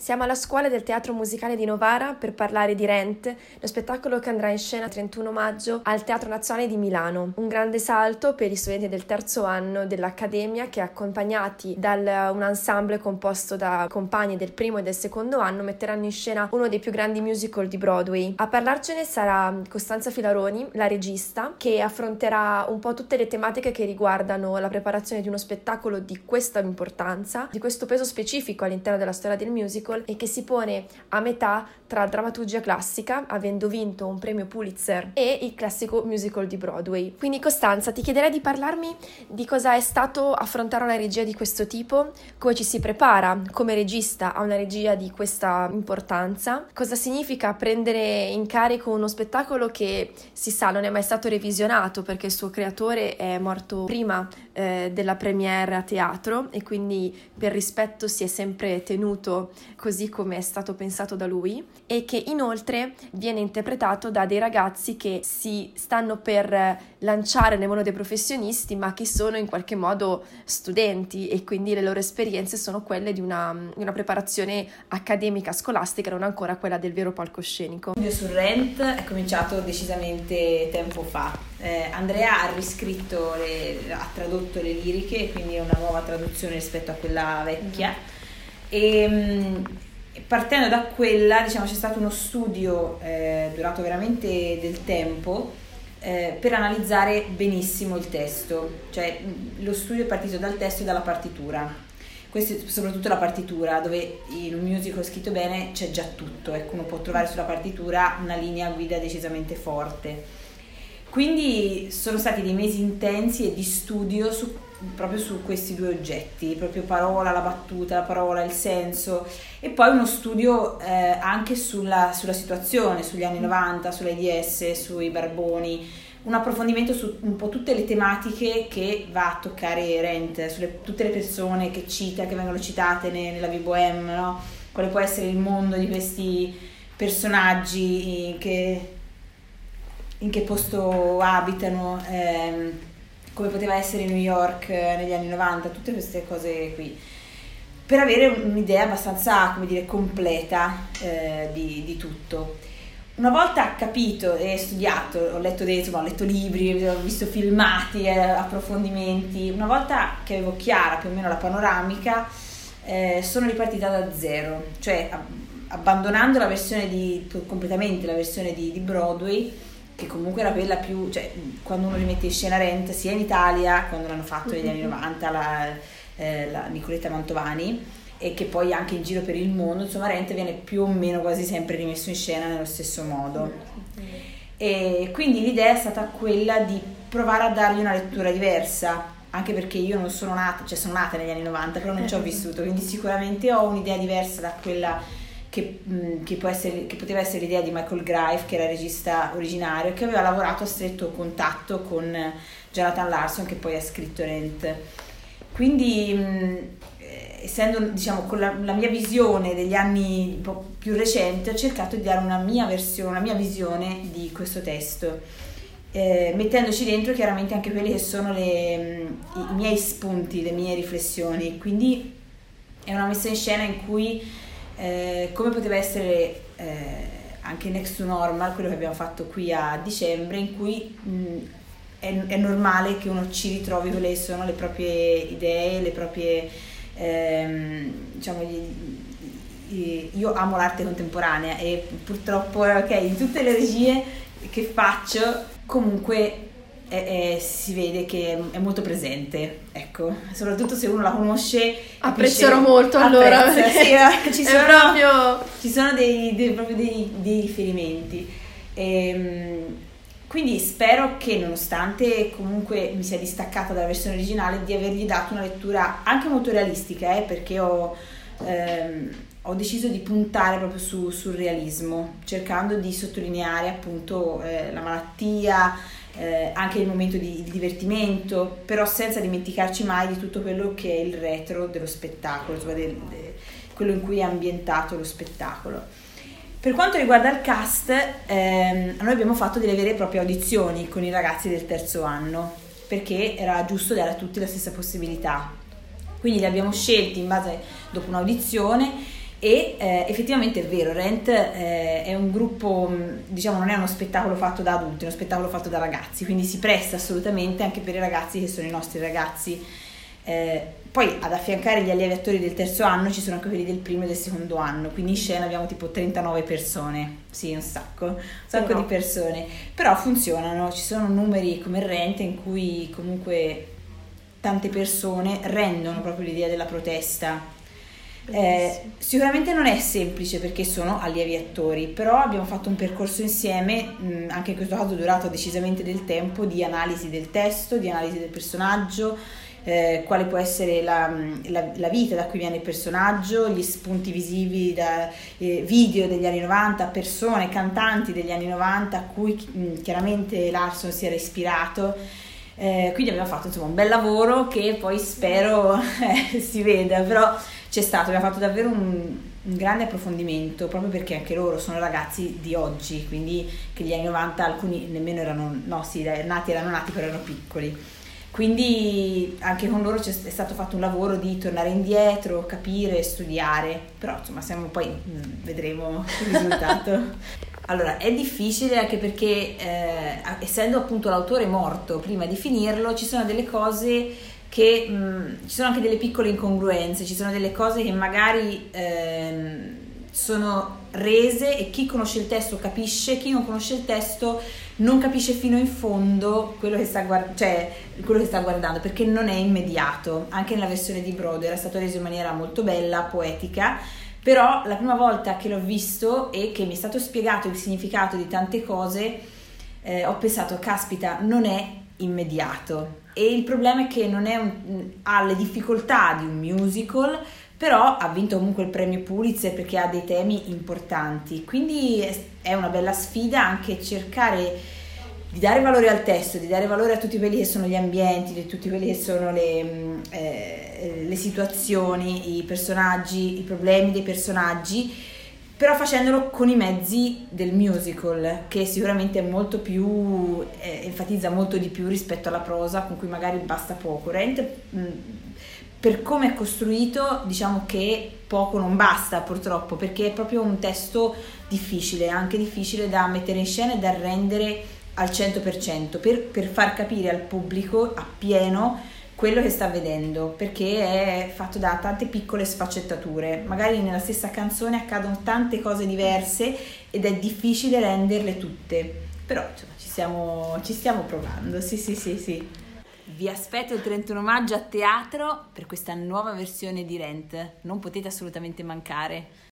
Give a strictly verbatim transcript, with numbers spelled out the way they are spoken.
Siamo alla scuola del Teatro Musicale di Novara per parlare di Rent, lo spettacolo che andrà in scena il trentuno maggio al Teatro Nazionale di Milano. Un grande salto per gli studenti del terzo anno dell'Accademia che, accompagnati da un ensemble composto da compagni del primo e del secondo anno, metteranno in scena uno dei più grandi musical di Broadway. A parlarcene sarà Costanza Filaroni, la regista, che affronterà un po' tutte le tematiche che riguardano la preparazione di uno spettacolo di questa importanza, di questo peso specifico all'interno della storia del musical, e che si pone a metà tra drammaturgia classica, avendo vinto un premio Pulitzer, e il classico musical di Broadway. Quindi Costanza, ti chiederei di parlarmi di cosa è stato affrontare una regia di questo tipo, come ci si prepara come regista a una regia di questa importanza, cosa significa prendere in carico uno spettacolo che, si sa, non è mai stato revisionato perché il suo creatore è morto prima eh, della premiere a teatro, e quindi per rispetto si è sempre tenuto così come è stato pensato da lui, e che inoltre viene interpretato da dei ragazzi che si stanno per lanciare nel mondo dei professionisti, ma che sono in qualche modo studenti, e quindi le loro esperienze sono quelle di una, di una preparazione accademica scolastica, non ancora quella del vero palcoscenico. Il studio su Rent è cominciato decisamente tempo fa. Eh, Andrea ha riscritto, le, ha tradotto le liriche, quindi è una nuova traduzione rispetto a quella vecchia. Mm-hmm. E partendo da quella, diciamo, c'è stato uno studio eh, durato veramente del tempo eh, per analizzare benissimo il testo, cioè lo studio è partito dal testo e dalla partitura. Questo è soprattutto la partitura, dove in un musical scritto bene c'è già tutto, ecco, uno può trovare sulla partitura una linea guida decisamente forte. Quindi sono stati dei mesi intensi e di studio su, proprio su questi due oggetti, proprio parola, la battuta, la parola, il senso, e poi uno studio eh, anche sulla, sulla situazione, sugli anni novanta, sull'AIDS, sui barboni, un approfondimento su un po' tutte le tematiche che va a toccare Rent, sulle tutte le persone che cita, che vengono citate ne, nella Vie Bohème, no? Quale può essere il mondo di questi personaggi che... in che posto abitano, ehm, come poteva essere New York eh, negli anni novanta, tutte queste cose qui, per avere un'idea abbastanza, come dire, completa eh, di, di tutto. Una volta capito e studiato, ho letto, dei, insomma, ho letto libri, ho visto filmati, eh, approfondimenti, una volta che avevo chiara più o meno la panoramica, eh, sono ripartita da zero, cioè abbandonando la versione di, completamente la versione di, di Broadway, che comunque era quella più, cioè quando uno rimette in scena Rent, sia in Italia, quando l'hanno fatto negli anni novanta, la, eh, la Nicoletta Mantovani, e che poi anche in giro per il mondo, insomma Rent viene più o meno quasi sempre rimesso in scena nello stesso modo. E quindi l'idea è stata quella di provare a dargli una lettura diversa, anche perché io non sono nata, cioè sono nata negli anni novanta, però non ci ho vissuto, quindi sicuramente ho un'idea diversa da quella Che, che, può essere, che poteva essere l'idea di Michael Greif, che era il regista originario, che aveva lavorato a stretto contatto con Jonathan Larson, che poi ha scritto Rent. Quindi eh, essendo, diciamo, con la, la mia visione degli anni un po' più recenti, ho cercato di dare una mia versione, una mia visione di questo testo, eh, mettendoci dentro chiaramente anche quelli che sono le, i, i miei spunti, le mie riflessioni. Quindi è una messa in scena in cui Eh, come poteva essere eh, anche Next to Normal, quello che abbiamo fatto qui a dicembre, in cui mh, è, è normale che uno ci ritrovi quelle che sono le proprie idee, le proprie ehm, diciamo gli, gli, io amo l'arte contemporanea e purtroppo ok, in tutte le regie che faccio comunque E, e si vede che è molto presente, ecco, soprattutto se uno la conosce. Apprezzerò molto, allora, apprezza, sì, ci sono, proprio... ci sono dei, dei, proprio dei, dei riferimenti, e, quindi spero che, nonostante comunque mi sia distaccata dalla versione originale, di avergli dato una lettura anche molto realistica, eh, perché ho ehm, ho deciso di puntare proprio su, sul realismo, cercando di sottolineare appunto eh, la malattia, Eh, anche il momento di, di divertimento, però senza dimenticarci mai di tutto quello che è il retro dello spettacolo, insomma, del, de, quello in cui è ambientato lo spettacolo. Per quanto riguarda il cast, ehm, noi abbiamo fatto delle vere e proprie audizioni con i ragazzi del terzo anno, perché era giusto dare a tutti la stessa possibilità. Quindi li abbiamo scelti in base, dopo un'audizione, E eh, effettivamente è vero, Rent eh, è un gruppo, diciamo, non è uno spettacolo fatto da adulti, è uno spettacolo fatto da ragazzi, quindi si presta assolutamente anche per i ragazzi che sono i nostri ragazzi. Eh, poi ad affiancare gli allievi attori del terzo anno ci sono anche quelli del primo e del secondo anno, quindi in scena abbiamo tipo trentanove persone, sì, un sacco, un sacco no. di persone, però funzionano, ci sono numeri come Rent in cui comunque tante persone rendono proprio l'idea della protesta. Eh, sicuramente non è semplice perché sono allievi attori, però abbiamo fatto un percorso insieme, mh, anche in questo caso durato decisamente del tempo, di analisi del testo, di analisi del personaggio, eh, quale può essere la, la, la vita da cui viene il personaggio, gli spunti visivi da eh, video degli anni novanta, persone, cantanti degli anni novanta a cui mh, chiaramente Larson si era ispirato. Eh, quindi abbiamo fatto insomma un bel lavoro che poi spero eh, si veda, però c'è stato, abbiamo fatto davvero un, un grande approfondimento, proprio perché anche loro sono ragazzi di oggi, quindi che gli anni novanta alcuni nemmeno erano, no sì, nati erano nati però erano piccoli, quindi anche con loro c'è, è stato fatto un lavoro di tornare indietro, capire, studiare, però insomma siamo poi, mh, vedremo il risultato. Allora, è difficile anche perché eh, essendo appunto l'autore morto prima di finirlo, ci sono delle cose che mh, ci sono anche delle piccole incongruenze, ci sono delle cose che magari ehm, sono rese e chi conosce il testo capisce, chi non conosce il testo non capisce fino in fondo quello che sta, guard- cioè, quello che sta guardando, perché non è immediato. Anche nella versione di Broadway era stato reso in maniera molto bella, poetica, però la prima volta che l'ho visto e che mi è stato spiegato il significato di tante cose, eh, ho pensato, caspita, non è immediato. E il problema è che non è un, ha le difficoltà di un musical, però ha vinto comunque il premio Pulitzer perché ha dei temi importanti, quindi è una bella sfida anche cercare di dare valore al testo, di dare valore a tutti quelli che sono gli ambienti, di tutti quelli che sono le, eh, le situazioni, i personaggi, i problemi dei personaggi, però facendolo con i mezzi del musical, che sicuramente è molto più, eh, enfatizza molto di più rispetto alla prosa, con cui magari basta poco. Rent, mh, per come è costruito, diciamo che poco non basta purtroppo, perché è proprio un testo difficile, anche difficile da mettere in scena e da rendere al cento per cento, per, per far capire al pubblico appieno quello che sta vedendo, perché è fatto da tante piccole sfaccettature, magari nella stessa canzone accadono tante cose diverse ed è difficile renderle tutte, però insomma, ci stiamo, ci stiamo provando, sì sì sì sì. Vi aspetto il trentuno maggio a teatro per questa nuova versione di Rent, non potete assolutamente mancare.